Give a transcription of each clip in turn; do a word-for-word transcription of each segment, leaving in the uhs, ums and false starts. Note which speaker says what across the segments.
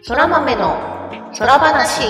Speaker 1: そら豆の空話。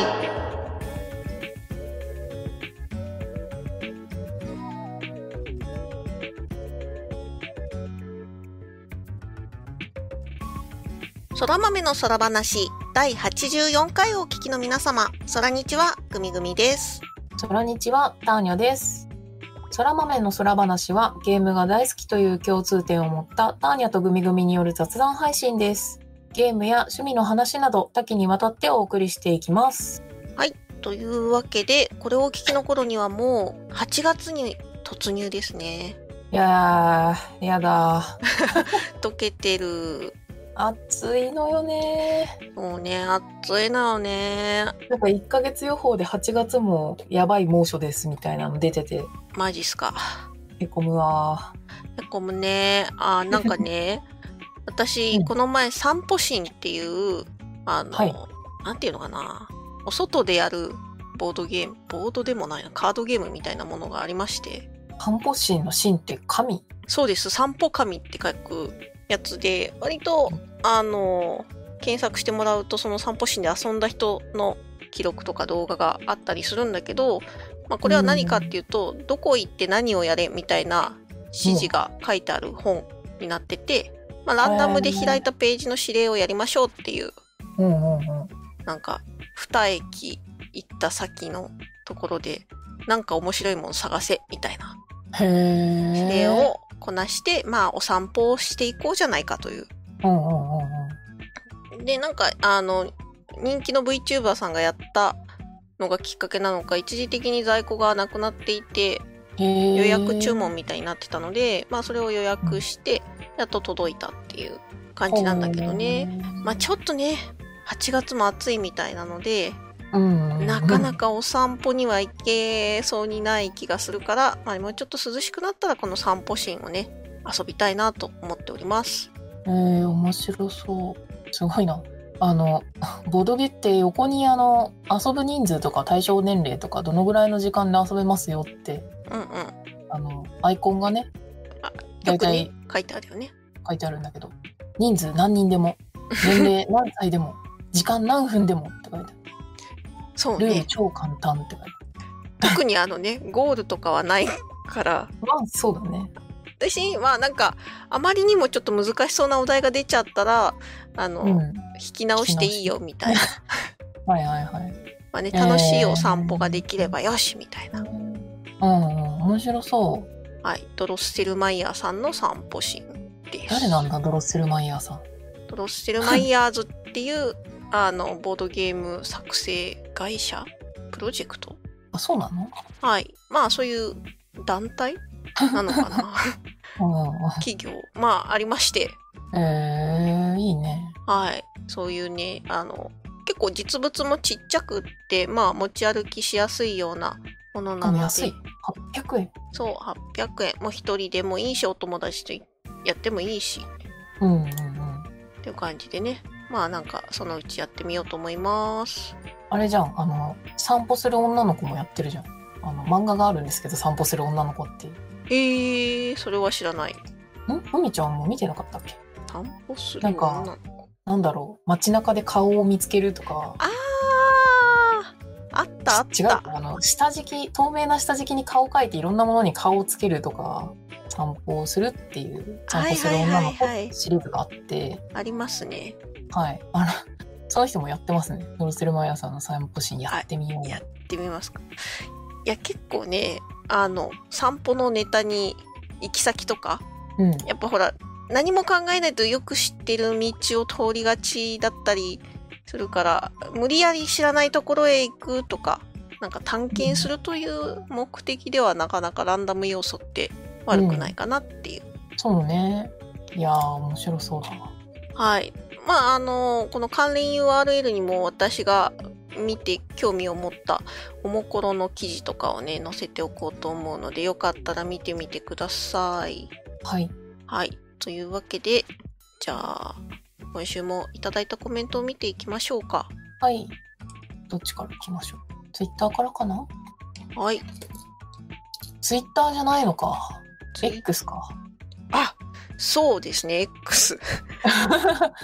Speaker 1: そら豆の空話だいはちじゅうよんかいをお聞きの皆様、そらにちはぐみぐみです。
Speaker 2: そらにちはターニャです。そら豆の空話はゲームが大好きという共通点を持ったターニャとぐみぐみによる雑談配信です。ゲームや趣味の話など多岐にわたってお送りしていきます。
Speaker 1: はい、というわけでこれをお聞きの頃にはもうはちがつに突入ですね。
Speaker 2: いやーやだ
Speaker 1: 溶けてる。
Speaker 2: 暑いのよね。
Speaker 1: もうね、暑いのよね。
Speaker 2: なんかいっかげつ予報ではちがつもやばい猛暑ですみたいなの出てて、
Speaker 1: マジっすか。
Speaker 2: へこむわ。
Speaker 1: へこむね。あ、なんかね私、うん、この前散歩神っていうあの、はい、なんていうのかな、お外でやるボードゲーム、ボードでもないな、カードゲームみたいなものがありまして。
Speaker 2: 散歩神の神って神？
Speaker 1: そうです、散歩神って書くやつで、割とあの検索してもらうとその散歩神で遊んだ人の記録とか動画があったりするんだけど、まあ、これは何かっていうと、どこ行って何をやれみたいな指示が書いてある本になってて、まあ、ランダムで開いたページの指令をやりましょうっていう、
Speaker 2: うんうんうん、
Speaker 1: なんかに駅行った先のところでなんか面白いもの探せみたいな指令をこなして、まあお散歩をしていこうじゃないかという、
Speaker 2: うんうんうんうん、
Speaker 1: でなんかあの人気の VTuber さんがやったのがきっかけなのか、一時的に在庫がなくなっていて予約注文みたいになってたので、まあそれを予約してやっと届いたっていう感じなんだけどね。まあちょっとねはちがつも暑いみたいなので、うん、なかなかお散歩には行けそうにない気がするから、まあ、もうちょっと涼しくなったらこの散歩シーンをね遊びたいなと思っております。
Speaker 2: えー、面白そう。すごいな。あのボドゲって横にあの遊ぶ人数とか対象年齢とかどのぐらいの時間で遊べますよって、
Speaker 1: うんうん、
Speaker 2: あのアイコンがね
Speaker 1: 大体書いてあるよね。
Speaker 2: 書いてあるんだけど、人数何人でも年齢何歳でも時間何分でもって書いてある。
Speaker 1: そうね、
Speaker 2: ルール超簡単って書いてある。
Speaker 1: 特にあのねゴールとかはないから
Speaker 2: まあそうだね。
Speaker 1: 私はなんかあまりにもちょっと難しそうなお題が出ちゃったらあの、うん、引き直していいよみたいな
Speaker 2: はいはいはい、
Speaker 1: まあね、楽しいお散歩ができればよしみたいな、
Speaker 2: えー、うんうん、面白そう。
Speaker 1: はい、ドロッセルマイヤーさんの散歩シーンです。
Speaker 2: 誰なんだドロッセルマイヤーさん。
Speaker 1: ドロッセルマイヤーズっていうあのボードゲーム作成会社プロジェクト。
Speaker 2: あ、そうなの？
Speaker 1: はい、まあそういう団体なのかな企業まあありまして、
Speaker 2: えー、いいね。
Speaker 1: はい、そういうねあの結構実物もちっちゃくってまあ持ち歩きしやすいようなものなので。
Speaker 2: 安い。はっぴゃくえん。
Speaker 1: そうはっぴゃくえん。もう一人でもいいしお友達とやってもいいし、
Speaker 2: うんうんうん、
Speaker 1: っていう感じでね、まあなんかそのうちやってみようと思います。
Speaker 2: あれじゃん、あの散歩する女の子もやってるじゃん。あの漫画があるんですけど、散歩する女の子っていう。
Speaker 1: へえー、それは知らない。ん？
Speaker 2: ふみちゃんも見てなかったっけ？
Speaker 1: 散歩する女の子。なんか
Speaker 2: なんだろう、街中で顔を見つけるとか。
Speaker 1: あーあったあった。
Speaker 2: 違う、あの下敷き、透明な下敷きに顔を描いていろんなものに顔をつけるとか、散歩をするっていう散歩する女の子シリーズがあって、はいはいはいはい、
Speaker 1: ありますね。
Speaker 2: はい、あのその人もやってますね。ドロッセルマイヤーさんの散歩シーンやってみよう。
Speaker 1: やってみますか。いや結構ねあの散歩のネタに行き先とか、うん、やっぱほら何も考えないとよく知ってる道を通りがちだったりするから、無理やり知らないところへ行くとか、なんか探検するという目的ではなかなかランダム要素って悪くないかなっていう、
Speaker 2: うん、そうね。いやー面白そうだな。
Speaker 1: はい、まああのこの関連 ユーアールエル にも私が見て興味を持ったおもころの記事とかをね載せておこうと思うので、よかったら見てみてください。
Speaker 2: はい
Speaker 1: はい、というわけでじゃあ今週もいただいたコメントを見ていきましょうか。
Speaker 2: はい、どっちからいきましょう。ツイッターからかな。
Speaker 1: はい、
Speaker 2: ツイッターじゃないのか、 X か。
Speaker 1: あ、そうですね X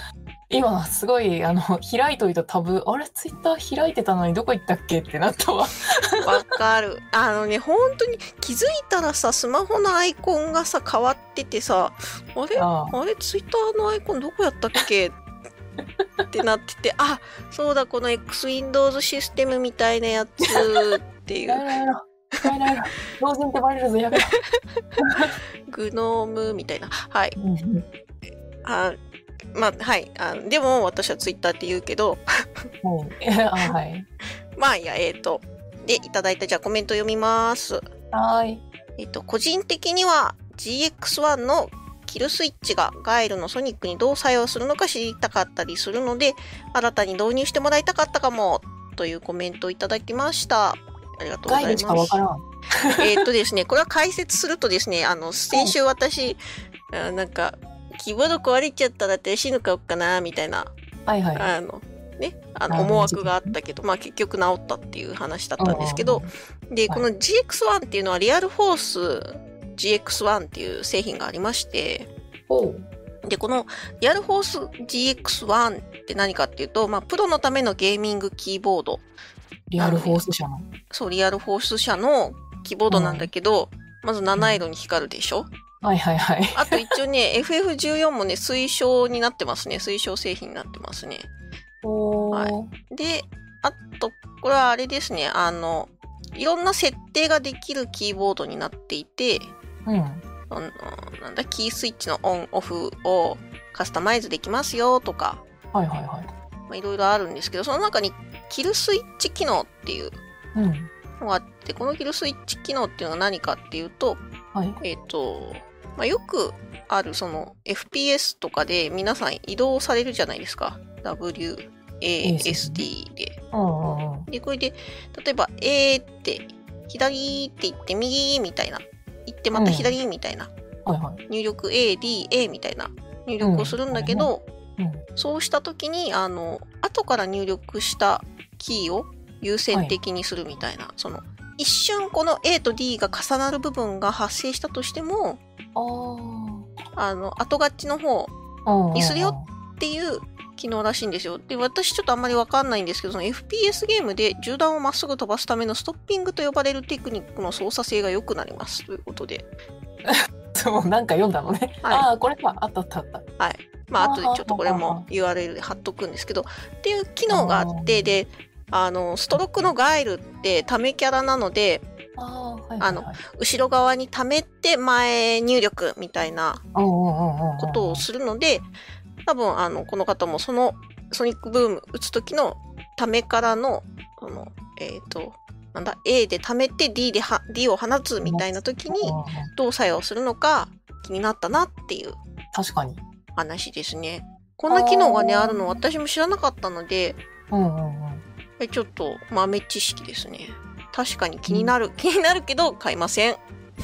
Speaker 2: 今すごいあの開いといたタブ、あれツイッター開いてたのにどこ行ったっけってなったわ。
Speaker 1: わかる。あのね、本当に気づいたらさ、スマホのアイコンがさ変わっててさ、あれ
Speaker 2: あ
Speaker 1: あれツイッターのアイコンどこやったっけってなってて、あ、そうだ、この X ウィンドウズ システムみたいなやつってい
Speaker 2: やめ
Speaker 1: う
Speaker 2: ろやめろやめろやめろ老人ってバレるぞやめろ。
Speaker 1: グノームみたいな。はい。
Speaker 2: うん
Speaker 1: あ、まあ、はい。あでも私はツイッターって言うけど、
Speaker 2: うんあはい。
Speaker 1: まあいいや、えっ、と、で、いただいたじゃあコメント読みます。
Speaker 2: はーい。
Speaker 1: えっ、と、個人的には ジーエックスワン のキルスイッチがガイルのソニックにどう作用するのか知りたかったりするので、新たに導入してもらいたかったかも、というコメントをいただきました。ありがとうございます。
Speaker 2: ガイルしかわからん。
Speaker 1: えっとですね、これは解説するとですね、あの、先週私、あなんか、キーボード壊れちゃったらって死ぬかかな、みたいな、
Speaker 2: はいはい。
Speaker 1: あの、ね、あの
Speaker 2: あー
Speaker 1: 思惑があったけど、まあ結局治ったっていう話だったんですけど、で、この ジーエックスワン っていうのはリアルフォース ジーエックスワン っていう製品がありまして、
Speaker 2: おう
Speaker 1: で、このリアルフォース ジーエックスワン って何かっていうと、まあプロのためのゲーミングキーボード。
Speaker 2: リアルフォース社の。
Speaker 1: そう、リアルフォース社のキーボードなんだけど、まず七色に光るでしょ。
Speaker 2: はいはいはい。
Speaker 1: あと一応ね、エフエフじゅうよん もね、推奨になってますね。推奨製品になってますね。
Speaker 2: おー
Speaker 1: はで、あと、これはあれですね。あの、いろんな設定ができるキーボードになっていて、
Speaker 2: うん。
Speaker 1: あのなんだ、キースイッチのオン、オフをカスタマイズできますよとか、
Speaker 2: はいはいはい。
Speaker 1: まあいろいろあるんですけど、その中にキルスイッチ機能っていう
Speaker 2: うん。
Speaker 1: のがあって、このキルスイッチ機能っていうのは何かっていうと、
Speaker 2: はい。
Speaker 1: えっ、と、まあ、よくあるその エフピーエス とかで皆さん移動されるじゃないですか。ダブリューエーエスディー で。
Speaker 2: うんうんうん。
Speaker 1: で、これで、例えば A って左って言って右みたいな。言ってまた左みたいな。
Speaker 2: はいはい。
Speaker 1: 入力 A、D、A みたいな入力をするんだけど、
Speaker 2: うん。
Speaker 1: そうしたときに、あの、後から入力したキーを優先的にするみたいな、その、一瞬この A と D が重なる部分が発生したとしても、
Speaker 2: あ
Speaker 1: あの、後勝ちの方
Speaker 2: あ。
Speaker 1: にするよっていう機能らしいんですよ。で、私ちょっとあんまりわかんないんですけど、その エフピーエス ゲームで銃弾をまっすぐ飛ばすためのストッピングと呼ばれるテクニックの操作性が良くなりますということで。
Speaker 2: そう、なんか読んだのね。
Speaker 1: はい
Speaker 2: ああ、これか。あったあったあった。
Speaker 1: はい。まあ、後でちょっとこれも ユーアールエル で貼っとくんですけど、っていう機能があって、で、あの、ストロークのガイルってためキャラなので、
Speaker 2: ああ、はいはいはい。
Speaker 1: あの後ろ側に溜めて前入力みたいなこ
Speaker 2: こと
Speaker 1: をするので、多分あのこの方もそのソニックブーム打つ時の溜めからの、このえっ、となんだ A で溜めて D では D を放つみたいな時にどう作用するのか気になったなっていう
Speaker 2: 確かに
Speaker 1: 話ですね。こんな機能がねあるの私も知らなかったので、
Speaker 2: うんうんうん、
Speaker 1: ちょっと豆知識ですね。確かに気になる、うん、気になるけど買いません。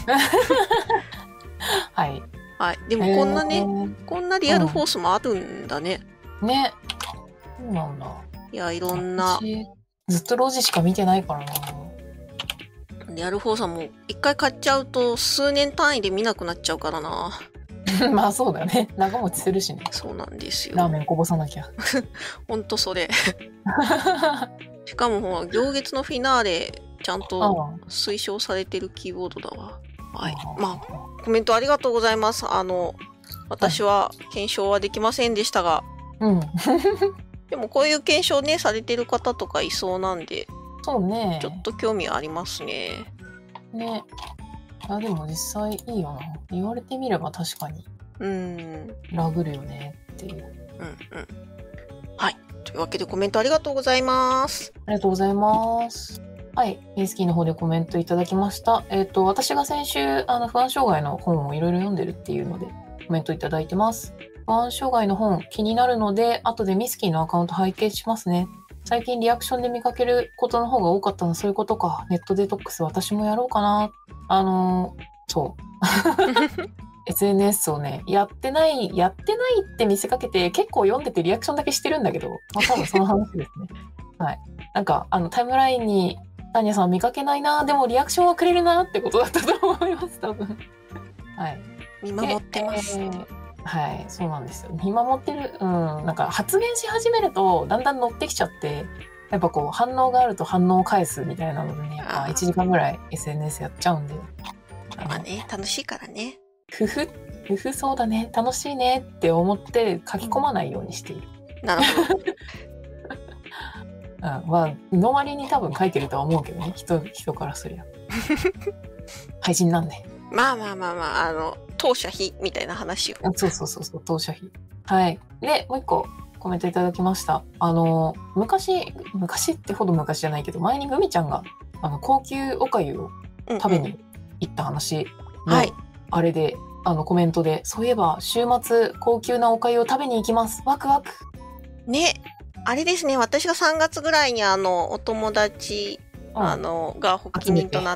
Speaker 2: はい。
Speaker 1: はい。でもこんなね、こんなリアルフォースもあるんだね。
Speaker 2: うん、ね。そうなんだ。
Speaker 1: いや、いろんな。
Speaker 2: ずっとロジしか見てないからな。
Speaker 1: リアルフォースはもう一回買っちゃうと数年単位で見なくなっちゃうからな。
Speaker 2: まあそうだよね。長持ちするしね。
Speaker 1: そうなんですよ。
Speaker 2: ラーメンこぼさなきゃ。
Speaker 1: ほんとそれ。しかも行月のフィナーレちゃんと推奨されてるキーボードだわ。はい。まあ、コメントありがとうございます。あの、私は検証はできませんでしたが。
Speaker 2: うん。
Speaker 1: でもこういう検証ね、されてる方とかいそうなんで。
Speaker 2: そうね。
Speaker 1: ちょっと興味ありますね。
Speaker 2: ね。いや、でも実際いいよな。言われてみれば確かに。
Speaker 1: うん。
Speaker 2: ラグるよねっていう。
Speaker 1: うんうん。はい。というわけでコメントありがとうございます。
Speaker 2: ありがとうございます。はい。ミスキーの方でコメントいただきました。えっと、私が先週、あの、不安障害の本をいろいろ読んでるっていうので、コメントいただいてます。不安障害の本気になるので、後でミスキーのアカウント拝見しますね。最近リアクションで見かけることの方が多かったのはそういうことか。ネットデトックス私もやろうかな。あのー、そう。エスエヌエス をね、やってない、やってないって見せかけて結構読んでてリアクションだけしてるんだけど、まあ多分その話ですね。はい。なんか、あの、タイムラインに、タニヤさん見かけないな、でもリアクションはくれるなってことだったと思います、多分。はい。
Speaker 1: 見守ってます。
Speaker 2: えー、 はい、そうなんですよ。見守ってる、うん、なんか発言し始めると、だんだん乗ってきちゃって、やっぱこう、反応があると反応を返すみたいなのでね、やっぱいちじかんぐらい エスエヌエス やっちゃうんで。
Speaker 1: まあね、楽しいからね。
Speaker 2: ふふ、ふふそうだね、楽しいねって思って書き込まないようにしている。
Speaker 1: なるほど。
Speaker 2: うん、まあ、の割に多分書いてるとは思うけどね、人、人からすりゃ。配信なんで。
Speaker 1: まあまあまあまあ、あの、当社費みたいな話を。
Speaker 2: そうそうそうそう、当社費。はい。で、もう一個コメントいただきました。あの、昔、昔ってほど昔じゃないけど、前にグミちゃんが、あの、高級おかゆを食べに行った話の、
Speaker 1: はい。
Speaker 2: あれで、あの、コメントで、そういえば、週末、高級なおかゆを食べに行きます。ワクワク。
Speaker 1: ね、あれですね、私がさんがつぐらいにあの、お友達、うん、あの、が発起人となって、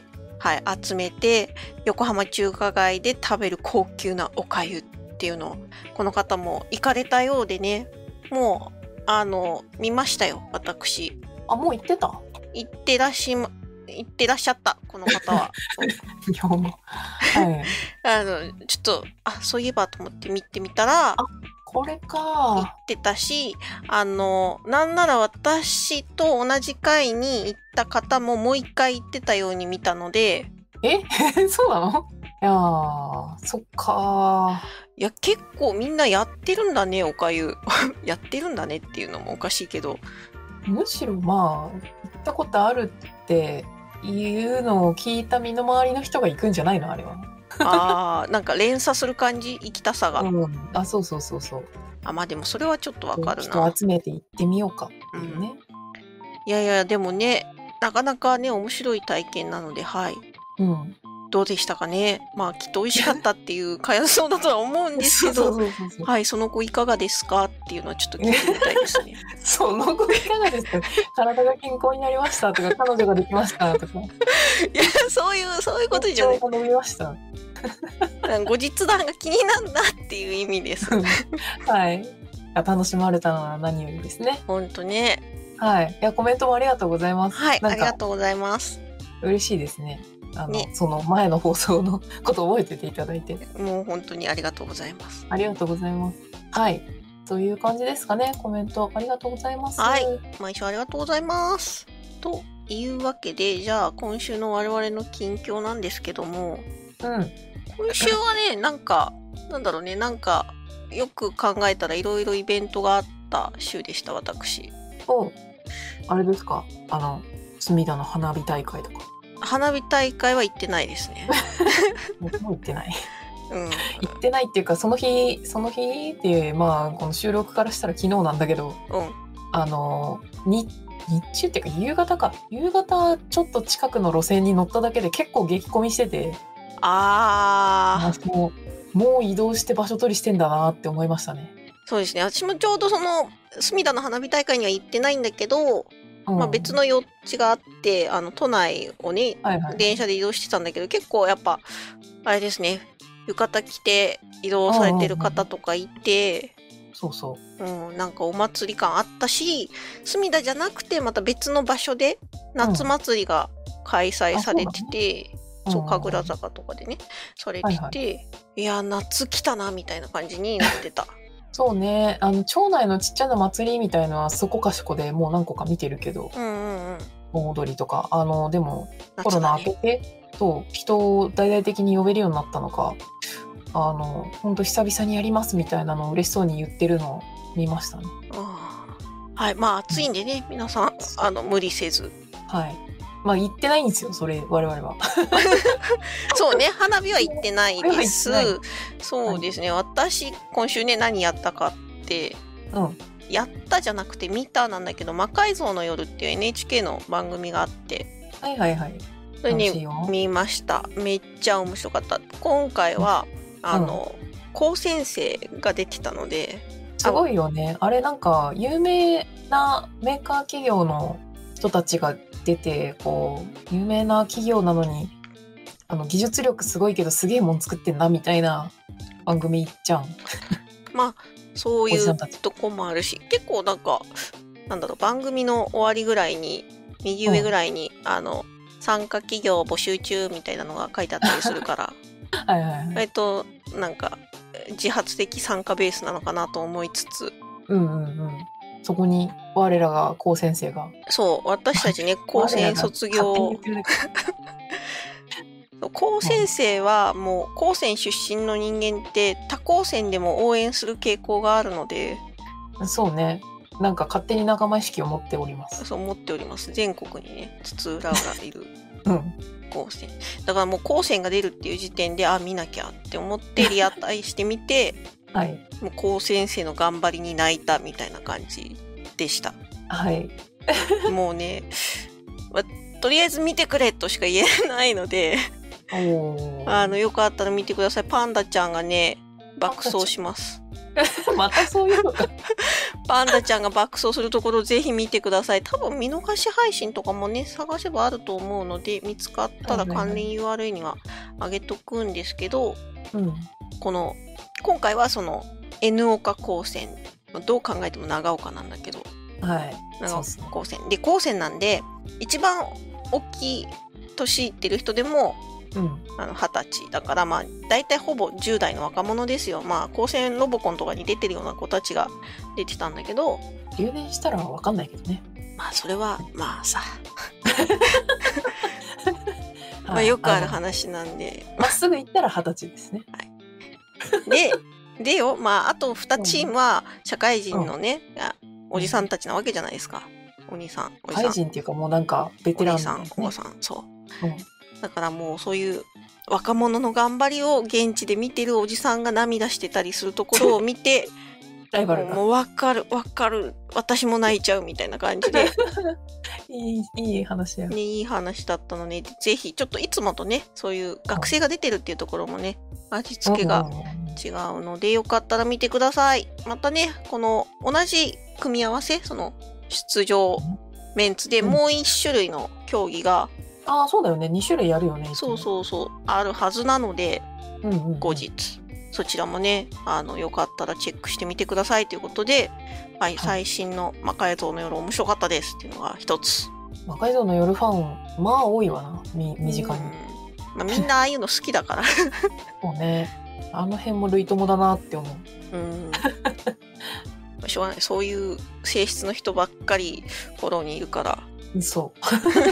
Speaker 1: はい、集めて、横浜中華街で食べる高級なおかゆっていうのを、この方も行かれたようでね、もう、あの、見ましたよ、私。
Speaker 2: あ、もう行ってた？
Speaker 1: 行ってらっしま、行ってらっしゃった、この方は。
Speaker 2: いや、もう、はい。
Speaker 1: あの、ちょっと、あ、そういえばと思って見てみたら、
Speaker 2: これか。
Speaker 1: 行ってたし、あの、なんなら私と同じ回に行った方ももう一回行ってたように見たので。
Speaker 2: えそうなの？いやー、そっか
Speaker 1: ー。いや、結構みんなやってるんだね、おかゆ。やってるんだねっていうのもおかしいけど。
Speaker 2: むしろまあ、行ったことあるっていうのを聞いた身の回りの人が行くんじゃないのあれは。
Speaker 1: あー、なんか連鎖する感じ、行きたさが。
Speaker 2: うん、あ、そうそうそうそう。
Speaker 1: あ、まあでもそれはちょっとわかるな。
Speaker 2: 人集めて行ってみようかっていうね、うん。
Speaker 1: いやいや、でもね、なかなかね、面白い体験なので、はい。
Speaker 2: うん。
Speaker 1: どうでしたかね。まあ、きっと美味しかったっていう感想だとは思うんですけど、はい、その後いかがですかっていうのはちょっと聞いてみたいですね。
Speaker 2: その後いかがですか？体が健康になりましたとか、彼女ができましたとか。い
Speaker 1: や、そういう、そういうことじゃない。
Speaker 2: 飲みました。
Speaker 1: 後日談が気になるなっていう意味です。
Speaker 2: はい。楽しまれたのは何よりですね。
Speaker 1: ほんとね。
Speaker 2: はい。いや、コメントもありがとうございます。
Speaker 1: はい、ありがとうございます。
Speaker 2: 嬉しいですね。あの、ね、その前の放送のことを覚えてていただいて。
Speaker 1: もう本当にありがとうございます。
Speaker 2: ありがとうございます。はい。という感じですかね。コメントありがとうございます。
Speaker 1: はい。毎週ありがとうございます。というわけで、じゃあ今週の我々の近況なんですけども、
Speaker 2: うん。
Speaker 1: 今週はね、なんか、なんだろうね、なんか、よく考えたらいろいろイベントがあった週でした、私。
Speaker 2: お、あれですか？あの、隅田の花火大会とか。
Speaker 1: 花火大会は行ってないですね。
Speaker 2: もう行ってない。
Speaker 1: うん。
Speaker 2: 行ってないっていうか、その日、その日っていう、まあ、この収録からしたら昨日なんだけど、
Speaker 1: うん。
Speaker 2: あの、日、日中っていうか夕方か。夕方ちょっと近くの路線に乗っただけで結構激混みしてて。
Speaker 1: あ
Speaker 2: あ。もう、もう移動して場所取りしてんだなって思いましたね。
Speaker 1: そうですね。私もちょうどその、隅田の花火大会には行ってないんだけど、うん、まあ別の用事があって、あの、都内をね、はいはい、電車で移動してたんだけど、結構やっぱ、あれですね、浴衣着て移動されてる方とかいて、
Speaker 2: そうそう。
Speaker 1: うん、なんかお祭り感あったし、隅田じゃなくてまた別の場所で夏祭りが開催されてて、うん、そう、神楽坂とかでね、されてて、はいはい、いや、夏来たな、みたいな感じになってた。
Speaker 2: そうね、あの町内のちっちゃな祭りみたいのはそこかしこでもう何個か見てるけど、
Speaker 1: うんうんうん、
Speaker 2: 盆踊りとか、あのでも、ね、コロナ明けてと人を大々的に呼べるようになったのか、あの本当久々にやりますみたいなのを嬉しそうに言ってるのを見ましたね。
Speaker 1: あ、はい、まあ暑いんでね、うん、皆さんあの無理せず。
Speaker 2: はい。まあ行ってないんですよ、それ我々は。
Speaker 1: そうね、花火は行ってないです。そうですね、はい、私今週ね何やったかって、
Speaker 2: うん、
Speaker 1: やったじゃなくて見たなんだけど、魔改造の夜っていう エヌエイチケー の番組があって、
Speaker 2: はいはいはい。
Speaker 1: それに見ました。めっちゃ面白かった。今回は、うん、あの高専生が出てたので、
Speaker 2: すごいよね。あれなんか有名なメーカー企業の人たちが出て、こう有名な企業なのにあの技術力すごいけどすげえもん作ってんなみたいな番組じゃん。
Speaker 1: まあそういうとこもあるし、結構なんかなんだろう、番組の終わりぐらいに右上ぐらいに、うん、あの参加企業募集中みたいなのが書いてあったりするから、
Speaker 2: はいはいはい、
Speaker 1: えっとなんか自発的参加ベースなのかなと思いつつ、
Speaker 2: うんうんうん。そこに我らが高先生が。
Speaker 1: そう、私たちね、高専卒業。高先生はもう高専出身の人間って他高専でも応援する傾向があるので。
Speaker 2: そうね。なんか勝手に仲間意識を持っております。
Speaker 1: そう思っております。全国にね、津々浦々いる
Speaker 2: うん
Speaker 1: 高専。だからもう高専が出るっていう時点で、あ、見なきゃって思ってリアタイしてみて、
Speaker 2: はい。
Speaker 1: もう高先生の頑張りに泣いたみたいな感じでした。
Speaker 2: はい。
Speaker 1: もうね、ま、とりあえず見てくれとしか言えないので、あの、よかったら見てください。パンダちゃんがね、爆走します。
Speaker 2: またそういうのか。
Speaker 1: パンダちゃんが爆走するところをぜひ見てください。多分見逃し配信とかもね、探せばあると思うので、見つかったら関連 ユーアールエル には上げとくんですけど、
Speaker 2: うん、
Speaker 1: この、今回はその N 岡高専、どう考えても長岡なんだけど、
Speaker 2: はい、
Speaker 1: 長岡高専。で、高専なんで、一番大きい年いってる人でも、うん、あのはたちだから、まあ大体ほぼじゅう代の若者ですよ。まあ高専ロボコンとかに出てるような子たちが出てたんだけど、
Speaker 2: 留年したら分かんないけどね。
Speaker 1: まあそれはまあさまあよくある話なんで、
Speaker 2: まっすぐ行ったらはたちですね。
Speaker 1: はい、ででよ、まああとにチームは社会人のね、うん、おじさんたちなわけじゃないですか。お兄さん、おじさん。
Speaker 2: 社会人っていうかもうなんかベテラン、
Speaker 1: ね、お兄さん、おばさん、そう。うんだからもうそういう若者の頑張りを現地で見てるおじさんが涙してたりするところを見て
Speaker 2: ライバルが
Speaker 1: もう分かる分かる私も泣いちゃうみたいな感じで
Speaker 2: いいいい話や、
Speaker 1: ね、いい話だったのでぜひちょっといつもとねそういう学生が出てるっていうところもね味付けが違うのでよかったら見てください。またねこの同じ組み合わせその出場メンツでもう一種類の競技が、うん
Speaker 2: ああそうだよねに種類あるよね。
Speaker 1: そうそうそうあるはずなので、うんうんうん、後日そちらもねあのよかったらチェックしてみてくださいということで、はい、最新の魔改造の夜面白かったですっていうのが一つ。
Speaker 2: 魔改造の夜ファンまあ多いわなみ身近に、
Speaker 1: まあ、みんなああいうの好きだから
Speaker 2: そうねあの辺も類友だなって思う。うん
Speaker 1: しょうがないそういう性質の人ばっかりフォローにいるから
Speaker 2: そう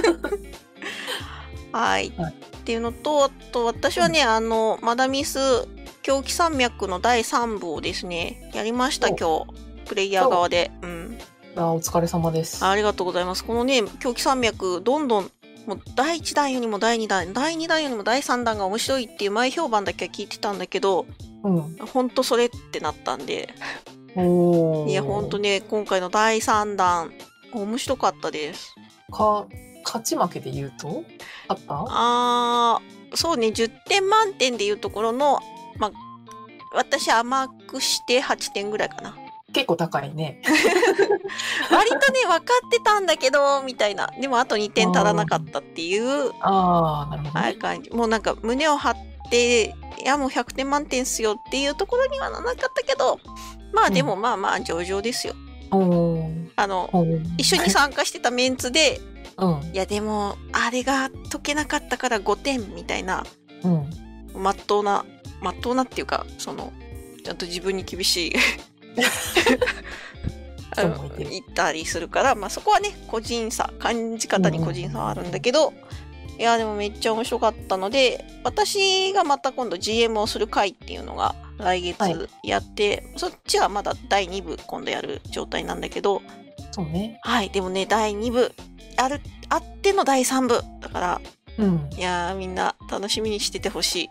Speaker 1: はい、はい、っていうのとあと私はね、うん、あのマダミス狂気山脈のだいさん部をですねやりました今日プレイヤー側で、うん、
Speaker 2: あお疲れ様です。
Speaker 1: ありがとうございます。このね狂気山脈どんどんもうだいいちだんよりもだいにだんだいにだんよりもだいさんだんが面白いっていう前評判だけは聞いてたんだけど、うん、ほんとそれってなったんでおいやほんとね今回のだいさんだん面白かったです。
Speaker 2: か勝ち負けで言うとあった
Speaker 1: あーそうねじゅってん満点でいうところの、まあ、私甘くしてはちてんぐらいかな。
Speaker 2: 結構高いね
Speaker 1: 割とね分かってたんだけどみたいなでもあとにてん足らなかったっていう
Speaker 2: あーなるほど、ね、
Speaker 1: 感じもうなんか胸を張っていやもうひゃくてん満点っすよっていうところにはならなかったけどまあでもまあまあ上々ですよ、うん、あの一緒に参加してたメンツでうん、いやでもあれが解けなかったからごてんみたいな、うん、まっとうなまっとうなっていうかそのちゃんと自分に厳しい言ったりするから、まあ、そこはね個人差感じ方に個人差はあるんだけど、うん、いやでもめっちゃ面白かったので私がまた今度 ジーエム をする回っていうのが来月やって、はい、そっちはまだだいに部今度やる状態なんだけど
Speaker 2: そうね
Speaker 1: はいでもねだいに部あるあってのだいさん部だから、うん、いやみんな楽しみにしててほしい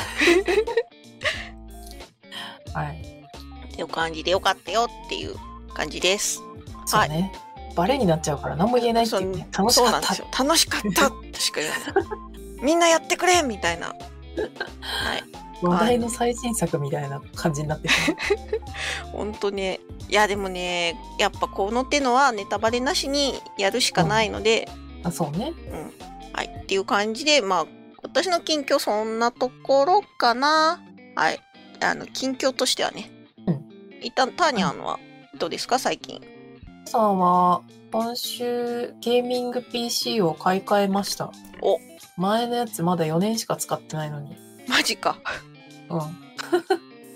Speaker 1: はいっていう感じでよかったよっていう感じです。
Speaker 2: そうね、はい、バレになっちゃうから何も言えないっていうね楽しかった
Speaker 1: 楽しかったとしか言えないみんなやってくれみたいな、はい、
Speaker 2: 話題の最新作みたいな感じになってる
Speaker 1: ほんとねいやでもねやっぱこの手のはネタバレなしにやるしかないので、
Speaker 2: うん、あそうね、
Speaker 1: うん、はいっていう感じでまあ私の近況そんなところかな。はいあの近況としてはね、うん、一旦ターニャンはどうですか最近。
Speaker 2: さんは今週ゲーミング ピーシー を買い替えました。お前のやつまだよねんしか使ってないのに。
Speaker 1: マジか
Speaker 2: うん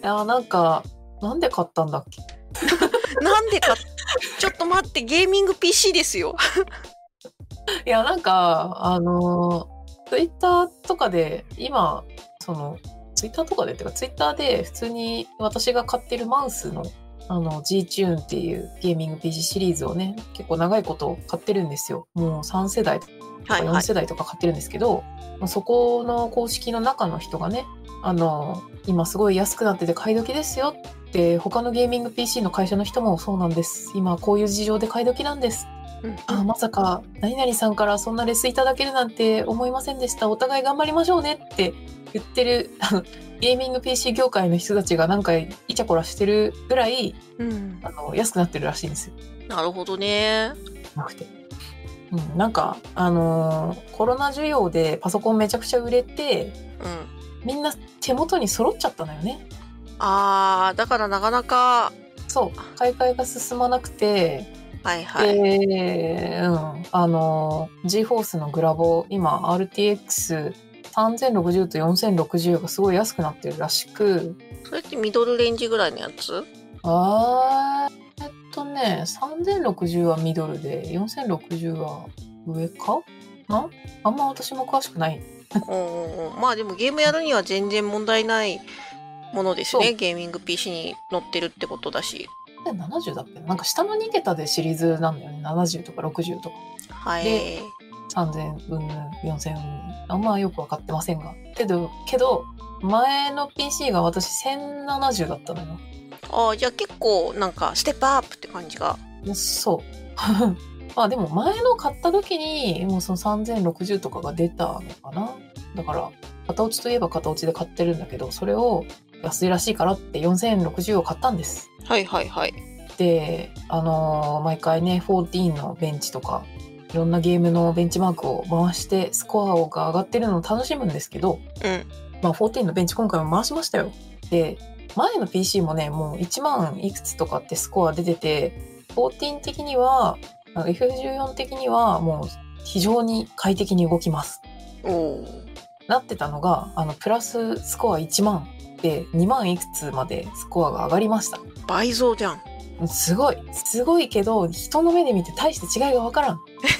Speaker 2: やーなんかなんで買ったんだっけ。
Speaker 1: なんでかちょっと待って、ゲーミング ピーシー ですよ。
Speaker 2: いやなんかあのツイッターとかで今そのツイッターとかでっていうかツイッターで普通に私が買ってるマウスのあの G チューンっていうゲーミング ピーシー シリーズをね結構長いこと買ってるんですよ。もうさん世代とかよん世代とか買ってるんですけど、はいはい、そこの公式の中の人がねあの今すごい安くなってて買い時ですよって他のゲーミング ピーシー の会社の人もそうなんです今こういう事情で買い時なんですあまさか何々さんからそんなレスいただけるなんて思いませんでしたお互い頑張りましょうねって言ってるあのゲーミング ピーシー 業界の人たちがなんかイチャコラしてるぐらい、うん、あの安くなってるらしいんですよ。
Speaker 1: なるほどね。
Speaker 2: なくて、うん、なんかあのー、コロナ需要でパソコンめちゃくちゃ売れて、うん、みんな手元に揃っちゃったのよね。
Speaker 1: あーだからなかなか
Speaker 2: そう買い替えが進まなくて
Speaker 1: はいはい。
Speaker 2: で、うん、あの、ジーフォースのグラボ、今、アールティーエックスさんぜんろくじゅう とよんせんろくじゅうがすごい安くなってるらしく。
Speaker 1: それってミドルレンジぐらいのやつ？
Speaker 2: あー、えっとね、さんぜんろくじゅうはミドルで、よんせんろくじゅうは上かな？あんま私も詳しくない。
Speaker 1: おまあでもゲームやるには全然問題ないものですね。ゲーミング ピーシー に載ってるってことだし。
Speaker 2: ななじゅうだっけなんか下のに桁でシリーズなんだよね。ななじゅうとかろくじゅうとか。
Speaker 1: はい。
Speaker 2: で、さんぜんうんぬん、よんせんうんぬん。あんまよくわかってませんが。けど、けど、前の ピーシー が私せんななじゅうだったのよ。
Speaker 1: ああ、じゃあ結構なんかステップアップって感じが。
Speaker 2: そう。まあでも前の買った時にもうそのさんぜんろくじゅうとかが出たのかな。だから、片落ちといえば片落ちで買ってるんだけど、それを安いらしいからってよんせんろくじゅうを買ったんです。
Speaker 1: はいはいはい。
Speaker 2: で、あのー、毎回ね、じゅうよんのベンチとか、いろんなゲームのベンチマークを回してスコアが上がってるのを楽しむんですけど、うん。まあ、じゅうよんのベンチ今回も回しましたよ。で、前の ピーシー もね、もういちまんいくつとかってスコア出てて、じゅうよん的には、エフじゅうよん 的にはもう非常に快適に動きます。おなってたのが、あの、プラススコアいちまんでにまんいくつまでスコアが上がりました。
Speaker 1: 倍増じゃん。
Speaker 2: すごいすごいけど人の目で見て大して違いが分からん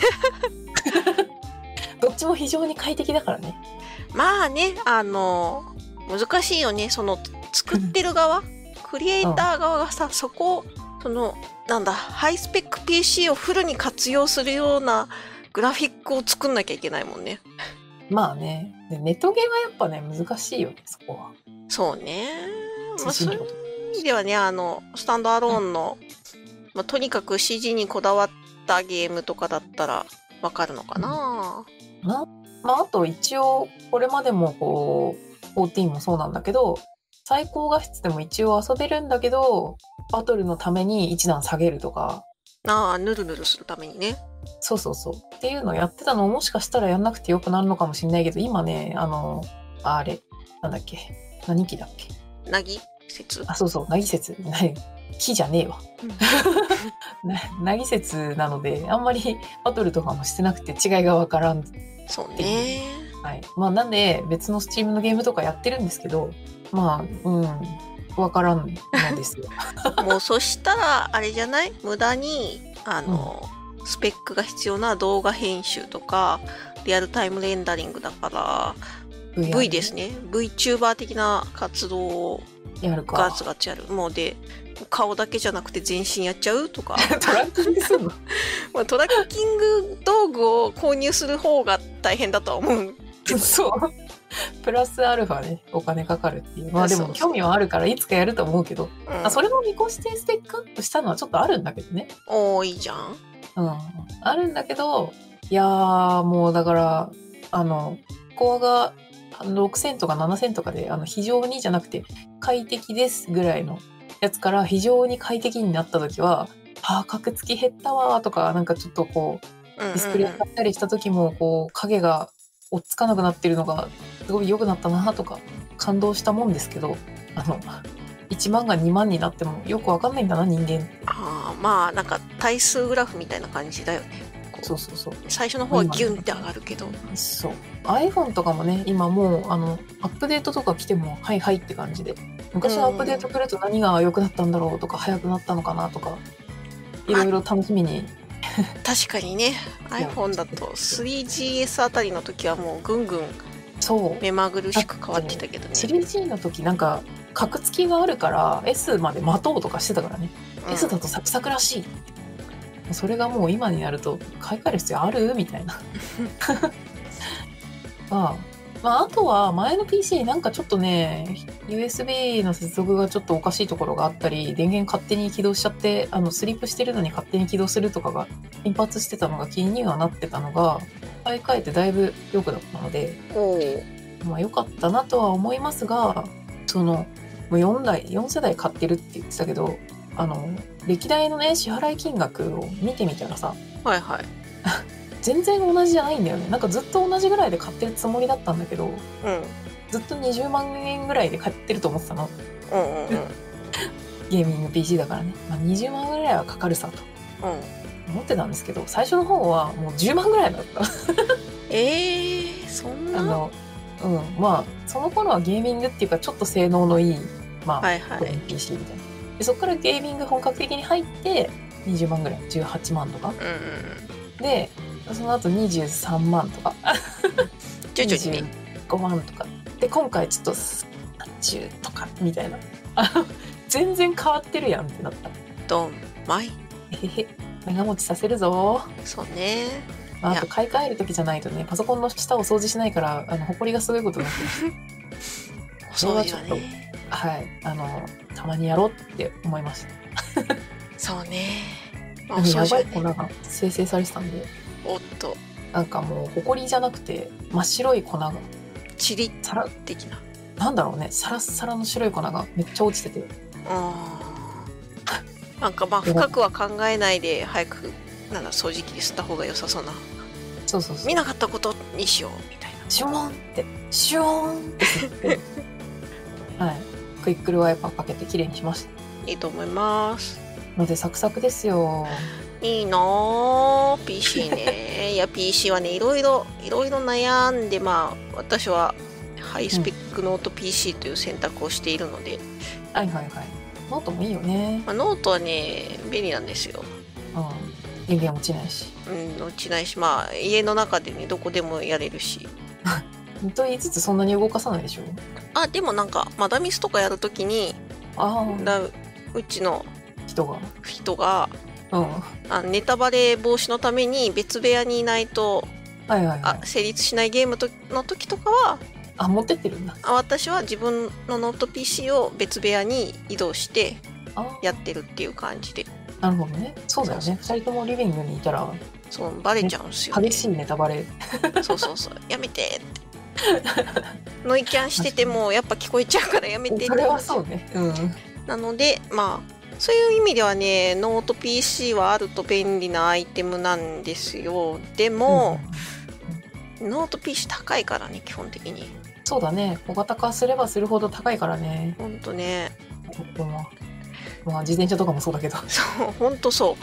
Speaker 2: どっちも非常に快適だからね。
Speaker 1: まあねあの難しいよねその作ってる側クリエイター側がさ、うん、そこそのなんだハイスペック ピーシー をフルに活用するようなグラフィックを作んなきゃいけないもんね。
Speaker 2: まあねでネットゲーはやっぱね難しいよねそこは。
Speaker 1: そうねまあそういう意味ではねあのスタンドアローンの、うんまあ、とにかく シージー にこだわったゲームとかだったらわかるのかな、
Speaker 2: うん、なまああと一応これまでもこうじゅうよんもそうなんだけど最高画質でも一応遊べるんだけどバトルのために一段下げるとか
Speaker 1: ああヌルヌルするためにね
Speaker 2: そうそうそうっていうのをやってたのをもしかしたらやんなくてよくなるのかもしれないけど今ねあのあれなんだっけ何期だっけ
Speaker 1: なぎ説
Speaker 2: あそうそうなぎ説木じゃねえわ、うん、な, なぎ説なのであんまりバトルとかもしてなくて違いがわからん
Speaker 1: そうね
Speaker 2: はいまあなんで別のスチームのゲームとかやってるんですけどまあうんわからんのですよ
Speaker 1: もうそしたらあれじゃない無駄にあの、うん、スペックが必要な動画編集とかリアルタイムレンダリングだから V ですね VTuber 的な活動を
Speaker 2: やるか
Speaker 1: ガツガツやるもうで顔だけじゃなくて全身やっちゃうとか
Speaker 2: トラッキングするの
Speaker 1: まあトラッキング道具を購入する方が大変だとは思う
Speaker 2: そうプラスアルファねお金かかるっていうまあでも興味はあるからいつかやると思うけど、うん、それも見越してステックアップしたのはちょっとあるんだけどね
Speaker 1: おーいいじゃん
Speaker 2: うんあるんだけどいやーもうだからあのコアがろくせんとかななせんとかであの非常にじゃなくて快適ですぐらいのやつから非常に快適になった時はあー格付き減ったわとかなんかちょっとこうディスプレイ買ったりした時もこう影が追っつかなくなってるのがすごい良くなったなとか感動したもんですけどあのいちまんがにまんになってもよくわかんないんだな人間って。
Speaker 1: あまあなんか対数グラフみたいな感じだよねこ
Speaker 2: そうそうそう。
Speaker 1: 最初の方はギュンって上がるけど。
Speaker 2: そう。iPhone とかもね、今もう、あの、アップデートとか来ても、はいはいって感じで。昔はアップデート来ると何が良くなったんだろうとか、早くなったのかなとか、いろいろ楽しみに。
Speaker 1: 確かにね、iPhone だと スリージーエス あたりの時はもうぐんぐん
Speaker 2: そう
Speaker 1: 目まぐるしく変わってたけどね。
Speaker 2: スリージー の時なんか、格付きがあるから S まで待とうとかしてたからね。うん、S だとサクサクらしい。それがもう今になると買い替える必要あるみたいな。まあ、まあ、あとは前の ピーシー なんかちょっとね ユーエスビー の接続がちょっとおかしいところがあったり、電源勝手に起動しちゃってあのスリープしてるのに勝手に起動するとかが頻発してたのが気にはなってたのが買い替えてだいぶ良くなったので、まあ良かったなとは思いますが、そのもうよんだいよん世代買ってるって言ってたけど、あの歴代のね支払い金額を見てみたらさ、
Speaker 1: はいはい
Speaker 2: 全然同じじゃないんだよね。なんかずっと同じぐらいで買ってるつもりだったんだけど、うん、ずっとにじゅうまんえんぐらいで買ってると思ってたの、うんうんうん、ゲーミング ピーシー だからね、まあ、にじゅうまんぐらいはかかるさと、うん、思ってたんですけど、最初の方はもうじゅうまんぐらいだった
Speaker 1: えー、そんなあの、
Speaker 2: うん、まあその頃はゲーミングっていうかちょっと性能のいい、まあはいはい、ピーシー みたいなで、そこからゲーミング本格的に入ってにじゅうまんぐらい、じゅうはちまんとか、うんうん、でその後にじゅうさんまんとか
Speaker 1: 徐々にね
Speaker 2: にじゅうごまんとかで、今回ちょっとさんじゅうとかみたいな全然変わってるやんってなった。
Speaker 1: ドンマイ
Speaker 2: えへへ、長持ちさせるぞ。
Speaker 1: そうね、
Speaker 2: まあ、あと買い替える時じゃないとね、パソコンの下を掃除しないからあの埃がすごいことになってるそれはちょっと、ね、はい、あのたまにやろうって思いました
Speaker 1: そうね、
Speaker 2: まあ、やばい粉が生成されてたんで、
Speaker 1: おっと、
Speaker 2: なんかもう埃じゃなくて真っ白い粉が
Speaker 1: チリ的な、
Speaker 2: なんだろうね、サラッサラの白い粉がめっちゃ落ちてて、
Speaker 1: あなんかまあ深くは考えないで早くなんだ掃除機で吸った方が良さそうな、
Speaker 2: そうそうそう、
Speaker 1: 見なかったことにしようみたいな、
Speaker 2: シューンってシューンって吸ってはい、クイックルワイパーかけてきれいにしました。
Speaker 1: いいと思います
Speaker 2: のでサクサクですよ。
Speaker 1: いいなぁ ピーシー ねいや ピーシー はねいろいろいろいろ悩んで、まあ私はハイスペックノート ピーシー という選択をしているので、うん、
Speaker 2: はいはいはい、ノートもいいよね、
Speaker 1: まあ、ノートはね便利なんですよ。
Speaker 2: うん、電源落ちないし、
Speaker 1: うん、落ちないし、まあ家の中でねどこでもやれるし
Speaker 2: と言いつつそんなに動かさないでしょ。
Speaker 1: あ、でもなんかマダミスとかやるときに
Speaker 2: あ
Speaker 1: だうちの
Speaker 2: 人が
Speaker 1: 人が、
Speaker 2: うん、
Speaker 1: あネタバレ防止のために別部屋にいないと、
Speaker 2: はいはいはい、
Speaker 1: あ成立しないゲームとの時とかは
Speaker 2: あ持ってってるんだ。
Speaker 1: 私は自分のノート ピーシー を別部屋に移動してやってるっていう感じで。
Speaker 2: なるほどね。そうだよね。ふたりともリビングにいたら
Speaker 1: そうバレちゃうんですよ、ね、
Speaker 2: 激しいネタバレ
Speaker 1: そうそうそうやめてってノイキャンしててもやっぱ聞こえちゃうからやめてって。
Speaker 2: それはそうね、うん、
Speaker 1: なのでまあそういう意味ではねノート ピーシー はあると便利なアイテムなんですよ。でも、うんうん、ノート ピーシー 高いからね基本的に。
Speaker 2: そうだね、小型化すればするほど高いからね。
Speaker 1: ほんとね、
Speaker 2: まあ自転車とかもそうだけど
Speaker 1: そうほんとそう。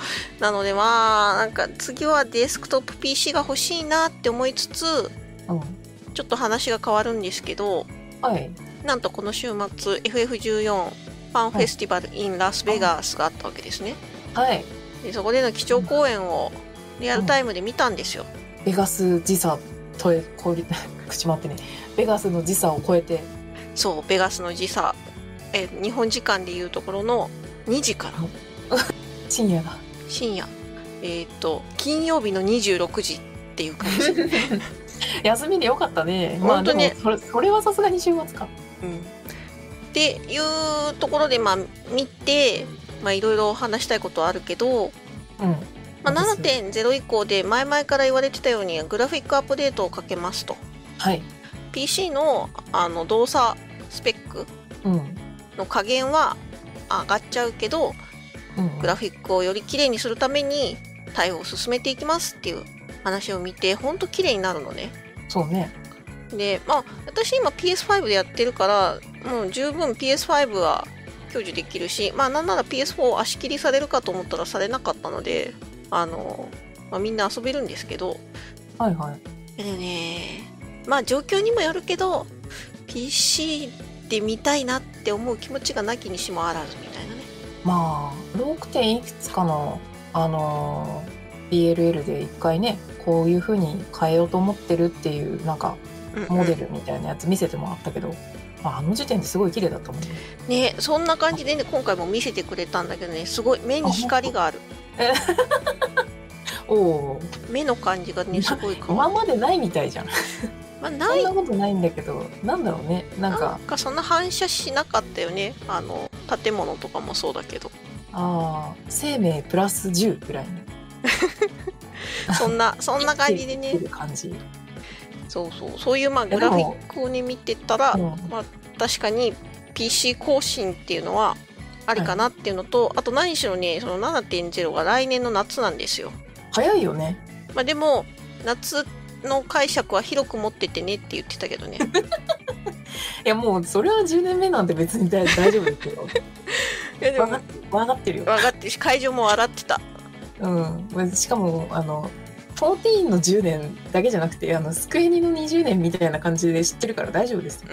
Speaker 1: なのでまあなんか次はデスクトップ ピーシー が欲しいなって思いつつ、うん、ちょっと話が変わるんですけど、
Speaker 2: はい、
Speaker 1: なんとこの週末 エフエフじゅうよん ファンフェスティバル in ラスベガスがあったわけですね。
Speaker 2: はい。
Speaker 1: でそこでの基調講演をリアルタイムで見たんですよ。
Speaker 2: うん、ベガス時差とえこり口回ってね。ベガスの時差を超えて。
Speaker 1: そうベガスの時差え日本時間でいうところのにじから
Speaker 2: 深夜だ。
Speaker 1: 深夜えっ、ー、と金曜日のにじゅうろくじっていう感じ
Speaker 2: 休みでよかったね。
Speaker 1: 本当ね、
Speaker 2: まあ、それそれはさすがに週末か。
Speaker 1: うん。っていうところでまあ見て、まあいろいろ話したいことはあるけど、うん、まあ、ななてんゼロ 以降で前々から言われてたようにグラフィックアップデートをかけますと。
Speaker 2: はい。
Speaker 1: ピーシー のあの動作スペックの加減は上がっちゃうけど、うん、グラフィックをより綺麗にするために対応を進めていきますっていう話を見て、ほんと綺麗になるのね。
Speaker 2: そうね。
Speaker 1: で、まあ私今 ピーエスファイブ でやってるからもう十分 ピーエスファイブ は享受できるし、まあなんなら ピーエスフォー 足切りされるかと思ったらされなかったので、あのまあ、みんな遊べるんですけど、
Speaker 2: はいはい。
Speaker 1: でね、まあ状況にもよるけど ピーシー で見たいなって思う気持ちがなきにしもあらずみたいなね。
Speaker 2: まあ ろく. 点いくつかのあのー、ディーエルエル で一回ねこういう風に変えようと思ってるっていうなんかモデルみたいなやつ見せてもらったけど、うんうん、まあ、あの時点ですごい綺麗だったもんね。
Speaker 1: ね、そんな感じでね今回も見せてくれたんだけどね、すごい目に光がある。
Speaker 2: おお。
Speaker 1: 目の感じがねすごい
Speaker 2: 今までないみたいじゃん。
Speaker 1: まあ、ない
Speaker 2: そんなことないんだけど、なんだろうね、なんか
Speaker 1: なんかそんな反射しなかったよね、あの建物とかもそうだけど。
Speaker 2: ああ、生命プラスじゅうぐらいの
Speaker 1: そんなそんな感じでね
Speaker 2: 感じ。
Speaker 1: そうそう、そういうまあグラフィックをね見てたら、うん、まあ確かに ピーシー 更新っていうのはありかなっていうのと、はい、あと何しろねその ななてんゼロ が来年の夏なんですよ。
Speaker 2: 早いよね。
Speaker 1: まあでも夏の解釈は広く持っててねって言ってたけどね。
Speaker 2: いやもうそれはじゅうねんめなんて別に大丈夫ですよ。いやでも分かってるよ。
Speaker 1: 分かってるし会場も笑ってた。
Speaker 2: うん。しかもあのじゅうよんのじゅうねんだけじゃなくてあのスクエニのにじゅうねんみたいな感じで知ってるから大丈夫ですよ。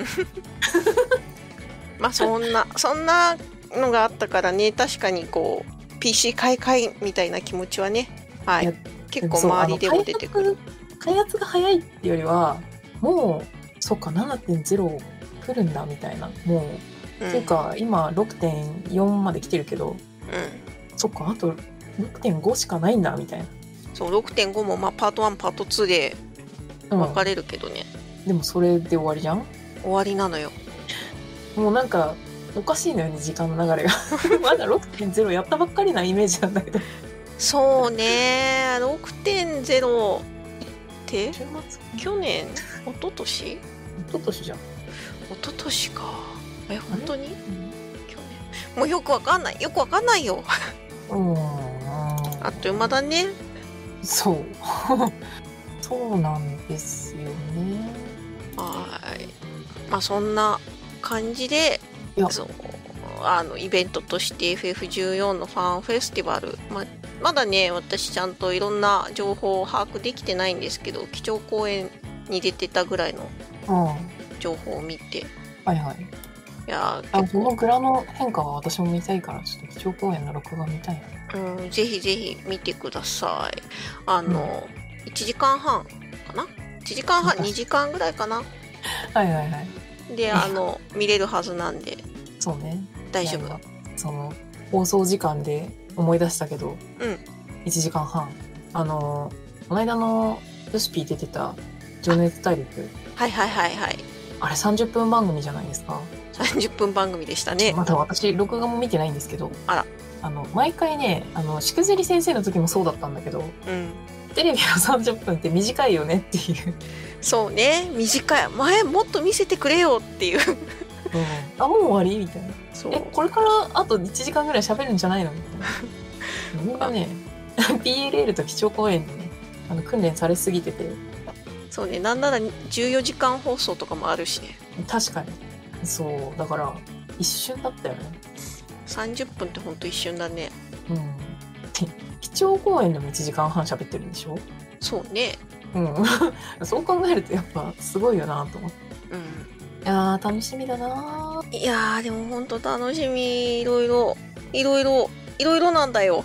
Speaker 1: まあそんなそんなのがあったからね、確かにこう ピーシー 買い替えみたいな気持ちはね、はい、い結構周りでも出てくる。
Speaker 2: 開発が早いっていうよりはもうそっか ななてんゼロ 来るんだみたいな、もう、うん、っていうか今 ろくてんよん まで来てるけど、うん、そっかあと ろくてんご しかないんだみたいな。
Speaker 1: そう ろくてんご もまあパートワンパートツーで分かれるけどね、
Speaker 2: うん、でもそれで終わりじゃん。
Speaker 1: 終わりなのよ。
Speaker 2: もうなんかおかしいのよね時間の流れが。まだ ろくてんゼロ やったばっかりなイメージなんだけど。そう
Speaker 1: ね ろくてんゼロ って去年一昨年
Speaker 2: 一昨年じゃん。
Speaker 1: 一昨年か。え本当に、うん、去年もうよくわかんないよくわかんないよ。うんあっという間だね。
Speaker 2: そうそうなんですよね。
Speaker 1: はいまあそんな感じでそうあのイベントとして エフエフじゅうよん のファンフェスティバル、まあ、まだね私ちゃんといろんな情報を把握できてないんですけど、基調講演に出てたぐらいの情報を見て、
Speaker 2: うん、はいはい。いやあそのグラの変化は私も見たいからちょっと基調講演の録画見たい
Speaker 1: な。うんぜひぜひ見てください。あの、うん、いちじかんはんかな、いちじかんはんにじかんぐらいかな。
Speaker 2: はいはいはい
Speaker 1: であの見れるはずなんで。
Speaker 2: そうね
Speaker 1: 大丈夫。
Speaker 2: その放送時間で思い出したけど、
Speaker 1: うん、
Speaker 2: いちじかんはんあのこの間のヨシピー出てた情熱大陸、
Speaker 1: はいはいはいはい、
Speaker 2: あれさんじゅっぷん番組じゃないですか。
Speaker 1: さんじゅっぷん番組でしたね。
Speaker 2: まだ私録画も見てないんですけど、
Speaker 1: あら
Speaker 2: あの毎回ねあのしくじり先生の時もそうだったんだけど、
Speaker 1: うん、
Speaker 2: テレビのさんじゅっぷんって短いよねっていう。
Speaker 1: そうね短い、前もっと見せてくれよっていう、うん、
Speaker 2: あもう終わりみたいな。そうえこれからあといちじかんぐらい喋るんじゃないのみたいな。みんなねピーエルエル と基調講演でねあの訓練されすぎてて。
Speaker 1: そうねなんならじゅうよじかん放送とかもあるしね。
Speaker 2: 確かにそうだから一瞬だったよね。
Speaker 1: さんじゅっぷんってほんと一瞬だね。
Speaker 2: うん基調講演でもいちじかんはん喋ってるんでしょ。
Speaker 1: そうね
Speaker 2: うんそう考えるとやっぱすごいよなと思って。
Speaker 1: うん
Speaker 2: いやー楽しみだな。
Speaker 1: いやーでもほんと楽しみ。いろいろいろいろいろいろなんだよ。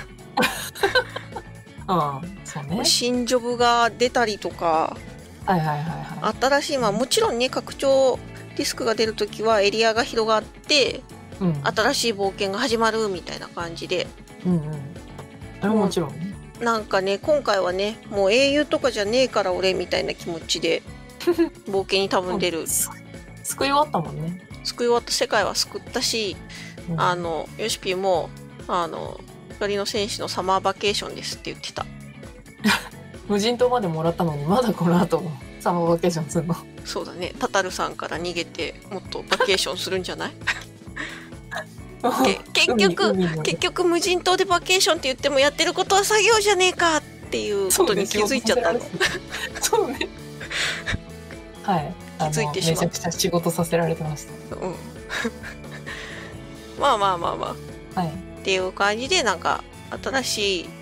Speaker 2: ああそうね。
Speaker 1: 新ジョブが出たりとか、
Speaker 2: はいはいはいはい、
Speaker 1: 新しいまあもちろんね拡張ディスクが出るときはエリアが広がって、うん、新しい冒険が始まるみたいな感じで、
Speaker 2: うんうん、あれもちろん
Speaker 1: なんかね今回はねもう英雄とかじゃねえから俺みたいな気持ちで冒険に多分出る。
Speaker 2: 救い終わったもんね。
Speaker 1: 救い終わった世界は救ったし、うん、あのヨシピーもあの光の戦士のサマーバケーションですって言ってた。
Speaker 2: 無人島までもらったのにまだこの後もサマーバケーションするの。
Speaker 1: そうだねタタルさんから逃げてもっとバケーションするんじゃない？結局結局無人島でバケーションって言ってもやってることは作業じゃねえかっていうことに気づいちゃったの。
Speaker 2: そうね。はい気づいてしまった。めちゃくちゃ仕事させられてました。
Speaker 1: うん。まあまあまあまあ。
Speaker 2: はい。
Speaker 1: っていう感じでなんか新しい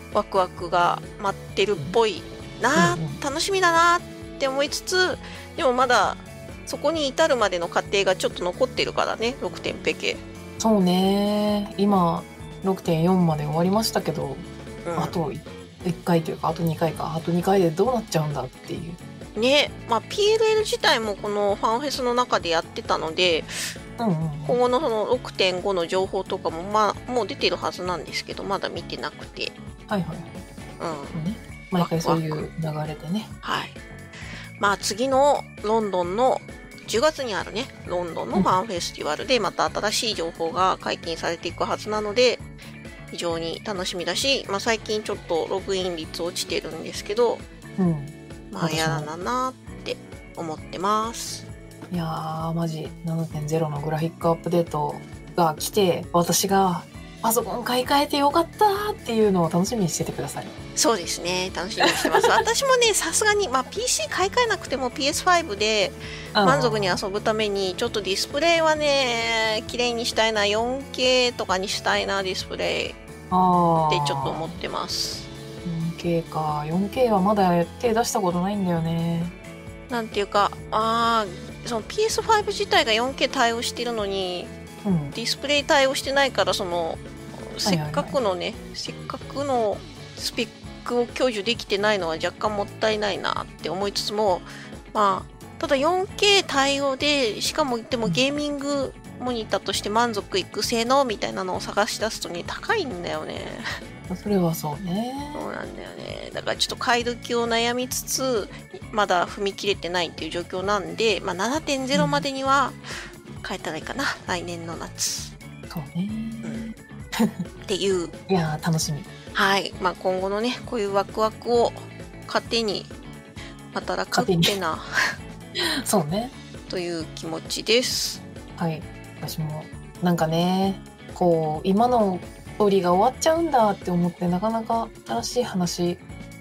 Speaker 1: ワクワクが待ってるっぽいな、
Speaker 2: うんうん、
Speaker 1: 楽しみだなって思いつつ、でもまだそこに至るまでの過程がちょっと残ってるからね。ろくてんペケ。
Speaker 2: そうね、今 ろくてんよん まで終わりましたけど、うん、あといっかいというかあとにかいかあとにかいでどうなっちゃうんだっていう
Speaker 1: ね。まあ ピーエルエル 自体もこのファンフェスの中でやってたので、うんうんうん、今後のその ろくてんご の情報とかもまあもう出てるはずなんですけど、まだ見てなくて、
Speaker 2: はいはい、うんね、毎回そういう流れでね。
Speaker 1: はい。まあ次のロンドンのじゅうがつにあるね、ロンドンのファンフェスティバルでまた新しい情報が解禁されていくはずなので、非常に楽しみだし、まあ、最近ちょっとログイン率落ちてるんですけど、うん、まあやらななって思ってます。
Speaker 2: いやーマジ ななてんゼロ のグラフィックアップデートが来て、私がパソコン買い替えてよかったっていうのを楽しみにしててください。
Speaker 1: そうですね、楽しみにしてます。私もね、さすがに、まあ、ピーシー 買い替えなくても ピーエスファイブ で満足に遊ぶためにちょっとディスプレイはね綺麗にしたいな、 よんケー とかにしたいな、ディスプレイってちょっと思ってます。
Speaker 2: よんケー か。 よんケー はまだ手出したことないんだよね。
Speaker 1: なんていうか、あその ピーエスファイブ 自体が よんケー 対応してるのに、うん、ディスプレイ対応してないから、そのせっかくのね、はいはいはい、せっかくのスペックを享受できてないのは若干もったいないなって思いつつも、まあただ よんケー 対応で、しかもでもゲーミングモニターとして満足いく性能みたいなのを探し出すとね、高いんだよね。
Speaker 2: それはそうね。
Speaker 1: そうなんだよね。だからちょっと買い時を悩みつつ、まだ踏み切れてないっていう状況なんで、まあ、ななてんゼロ までには変えたらいいかな、うん、来年の夏。
Speaker 2: そうね、うん、
Speaker 1: っていう。
Speaker 2: いやー楽しみ。
Speaker 1: はい、まあ、今後のねこういうワクワクを糧に働くってな
Speaker 2: そうね
Speaker 1: という気持ちです。
Speaker 2: はい、私もなんかね、こう今のストーリーが終わっちゃうんだって思って、なかなか新しい話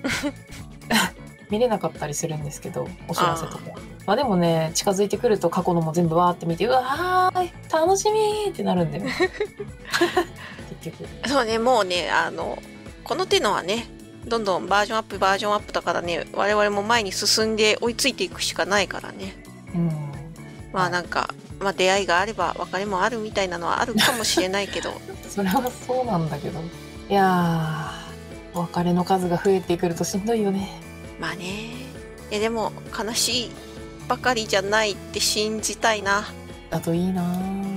Speaker 2: 見れなかったりするんですけど、お知らせとか。まあでもね、近づいてくると過去のも全部わーって見て、うわー楽しみってなるんだよ結局。
Speaker 1: そうね、もうね、あのこの手のはね、どんどんバージョンアップバージョンアップだからね、我々も前に進んで追いついていくしかないからね。うん、まあなんか、まあ、出会いがあれば別れもあるみたいなのはあるかもしれないけど
Speaker 2: それはそうなんだけど、いやー別れの数が増えてくるとしんどいよね。
Speaker 1: まあね、いやでも悲しいばかりじゃないって信じたいな。
Speaker 2: だといいな。うん、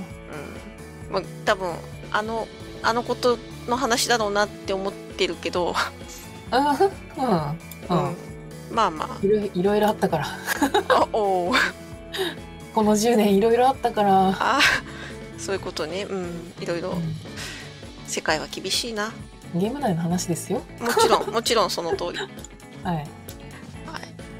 Speaker 1: まあ、多分あのあのことの話だろうなって思ってるけど
Speaker 2: うん、うんうん、
Speaker 1: まあまあ
Speaker 2: いろいろいろあったから
Speaker 1: あお
Speaker 2: このじゅうねんいろいろあったから。
Speaker 1: あそういうことね。うん、いろいろ、うん、世界は厳しいな。
Speaker 2: ゲーム内の話ですよ。
Speaker 1: もちろんもちろんその通り
Speaker 2: はい、はい、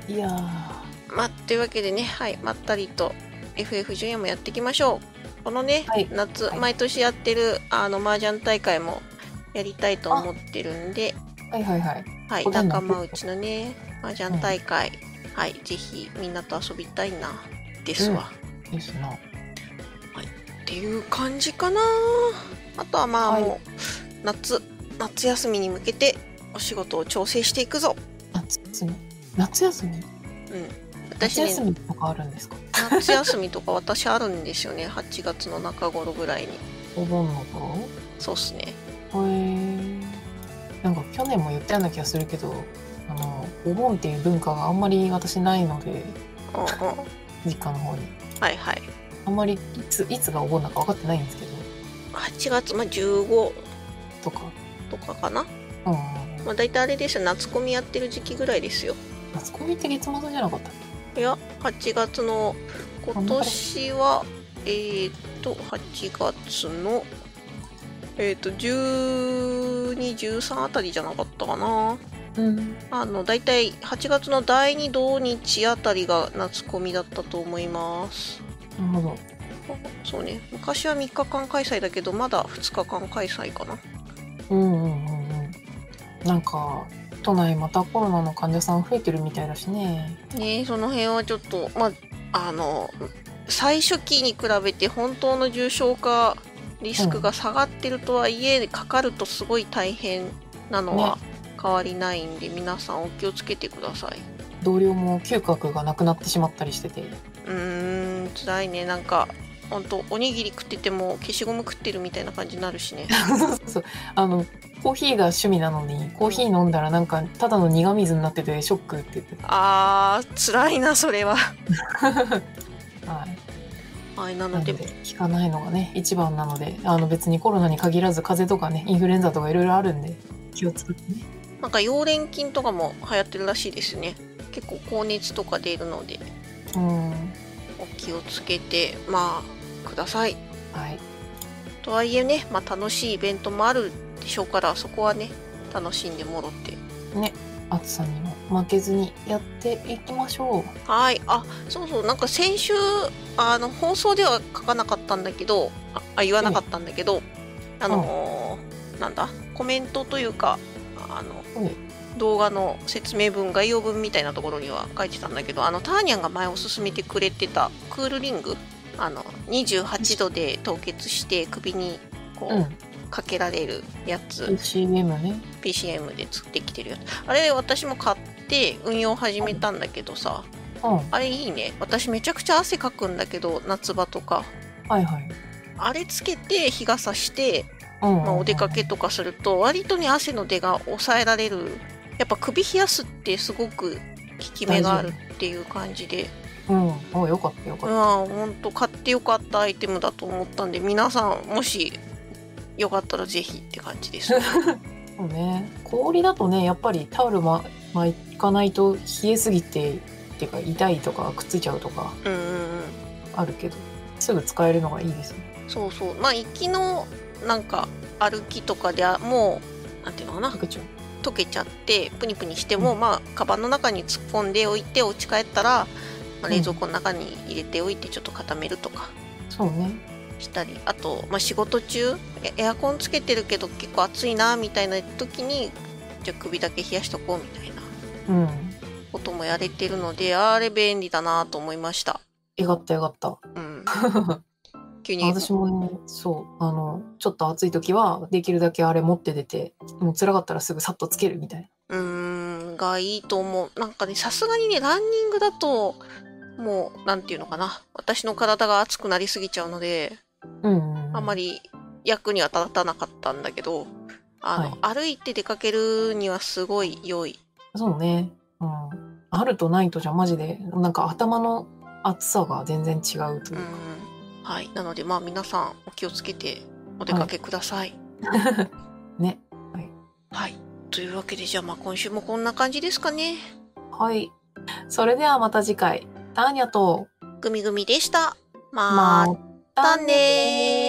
Speaker 2: いや
Speaker 1: まあというわけでね、はい、まったりと エフエフじゅうよん もやっていきましょう。このね、はい、夏、はい、毎年やってるあの麻雀大会もやりたいと思ってるんで、
Speaker 2: はいはいはい、
Speaker 1: はい、仲間内のね麻雀大会、うん、はい、ぜひみんなと遊びたいなですわ、
Speaker 2: うん、ですな、はい、
Speaker 1: っていう感じかな。あとはまあ、はい、もう夏夏休みに向けてお仕事を調整していくぞ。
Speaker 2: 夏休み夏休みうん私、ね、夏休みとかあるんですか？
Speaker 1: 夏休みとか私あるんですよねはちがつの中頃ぐらいに。
Speaker 2: お盆の頃？
Speaker 1: そうっすね。
Speaker 2: へえ。なんか去年も言ったような気がするけど、あのお盆っていう文化があんまり私ないので、
Speaker 1: うんうん、
Speaker 2: 実家の方に。
Speaker 1: はいはい。
Speaker 2: あんまりいついつがお盆なのか分かってないんですけど。
Speaker 1: はちがつ、まあ、じゅうご
Speaker 2: とか
Speaker 1: とかかな。うん。まあ大体あれですよ、夏コミやってる時期ぐらいですよ。
Speaker 2: 夏コミって月末じゃなかった？
Speaker 1: いや、はちがつの今年はえー、っとはちがつのえー、っとじゅうに、じゅうさんあたりじゃなかったかな。うん、あのだいたいはちがつのだいに土日あたりが夏コミだったと思います。
Speaker 2: なるほど。
Speaker 1: そうね、昔はみっかかん開催だけどまだふつかかん開催かな。
Speaker 2: うんうんうんうん。なんか都内またコロナの患者さん増えてるみたいだしね。
Speaker 1: ね、その辺はちょっとまああの最初期に比べて本当の重症化リスクが下がってるとはいえ、うん、かかるとすごい大変なのは変わりないんで、皆さんお気をつけてください。
Speaker 2: 同僚も嗅覚がなくなってしまったりしてて。
Speaker 1: うーん、辛いね。なんかほんとおにぎり食ってても消しゴム食ってるみたいな感じになるしね。
Speaker 2: そうそうあのコーヒーが趣味なのにコーヒー飲んだらなんかただの苦水になっててショックって言ってた。
Speaker 1: あー辛いなそれは。
Speaker 2: はい
Speaker 1: はい、なので
Speaker 2: なので効かないのがね一番なので、あの別にコロナに限らず風邪とかねインフルエンザとかいろいろあるんで気をつけてね。
Speaker 1: なんか溶連菌とかも流行ってるらしいですね。結構高熱とか出るので
Speaker 2: うん
Speaker 1: お気をつけてまあください。
Speaker 2: はい
Speaker 1: とはいえね、まあ、楽しいイベントもあるでしょうから、そこはね楽しんでもろって
Speaker 2: ね暑さにも負けずにやっていきましょ
Speaker 1: う。はい。あ、そうそう、なんか先週あの放送では書かなかったんだけど、ああ言わなかったんだけど、あのー、なんだコメントというかあの、
Speaker 2: う、うん、
Speaker 1: 動画の説明文概要文みたいなところには書いてたんだけど、あのターニャンが前おすすめてくれてたクールリング、あのにじゅうはちどで凍結して首にこう、
Speaker 2: うん、
Speaker 1: かけられるやつ、
Speaker 2: ピーシーエム ね
Speaker 1: ピーシーエム でつってきてるやつ、あれ私も買って運用始めたんだけどさ、
Speaker 2: うん
Speaker 1: あれいいね。私めちゃくちゃ汗かくんだけど夏場とか、
Speaker 2: はいはい、
Speaker 1: あれつけて日傘して、
Speaker 2: うん
Speaker 1: まあ、お出かけとかすると割とね汗の出が抑えられる。やっぱ首冷やすってすごく効き目があるっていう感じで、
Speaker 2: うんあよかったよかった、
Speaker 1: まあほんと買ってよかったアイテムだと思ったんで、皆さんもしよかったらぜひって感じです。
Speaker 2: そうね、氷だとねやっぱりタオルま巻かないと冷えすぎてっていうか痛いとかくっついちゃうとか
Speaker 1: うんうんうん。
Speaker 2: あるけどすぐ使えるのがいいですね。
Speaker 1: そうそう。まあ行きのなんか歩きとかではもうなんていうのかな、
Speaker 2: かけちゃう
Speaker 1: 溶けちゃってプニプニしても、
Speaker 2: うん
Speaker 1: まあカバンの中に突っ込んでおいてお家帰ったら、まあ、冷蔵庫の中に入れておいてちょっと固めるとか
Speaker 2: そうね
Speaker 1: したり、あと、まあ、仕事中エエアコンつけてるけど結構暑いなみたいな時にじゃあ首だけ冷やしとこうみたいな
Speaker 2: うん
Speaker 1: こともやれてるので、あれ便利だなと思いました。
Speaker 2: よかったよかった
Speaker 1: うん急に
Speaker 2: 私もねそうあのちょっと暑い時はできるだけあれ持って出て、もう辛かったらすぐさっとつけるみたいな。
Speaker 1: うーんがいいと思う。なんかねさすがにねランニングだともうなんていうのかな、私の体が熱くなりすぎちゃうので
Speaker 2: うんうん、
Speaker 1: あんまり役には立たなかったんだけど、あの、はい、歩いて出かけるにはすごい良い。
Speaker 2: そうね、うん、あるとないとじゃマジでなんか頭の熱さが全然違うというか、
Speaker 1: うん、はい。なのでまあ皆さんお気をつけてお出かけください。
Speaker 2: はい、ね、はい。
Speaker 1: はい。というわけでじゃあまあ今週もこんな感じですかね。
Speaker 2: はい。それではまた次回、ターニャと
Speaker 1: グミグミでした。またねー。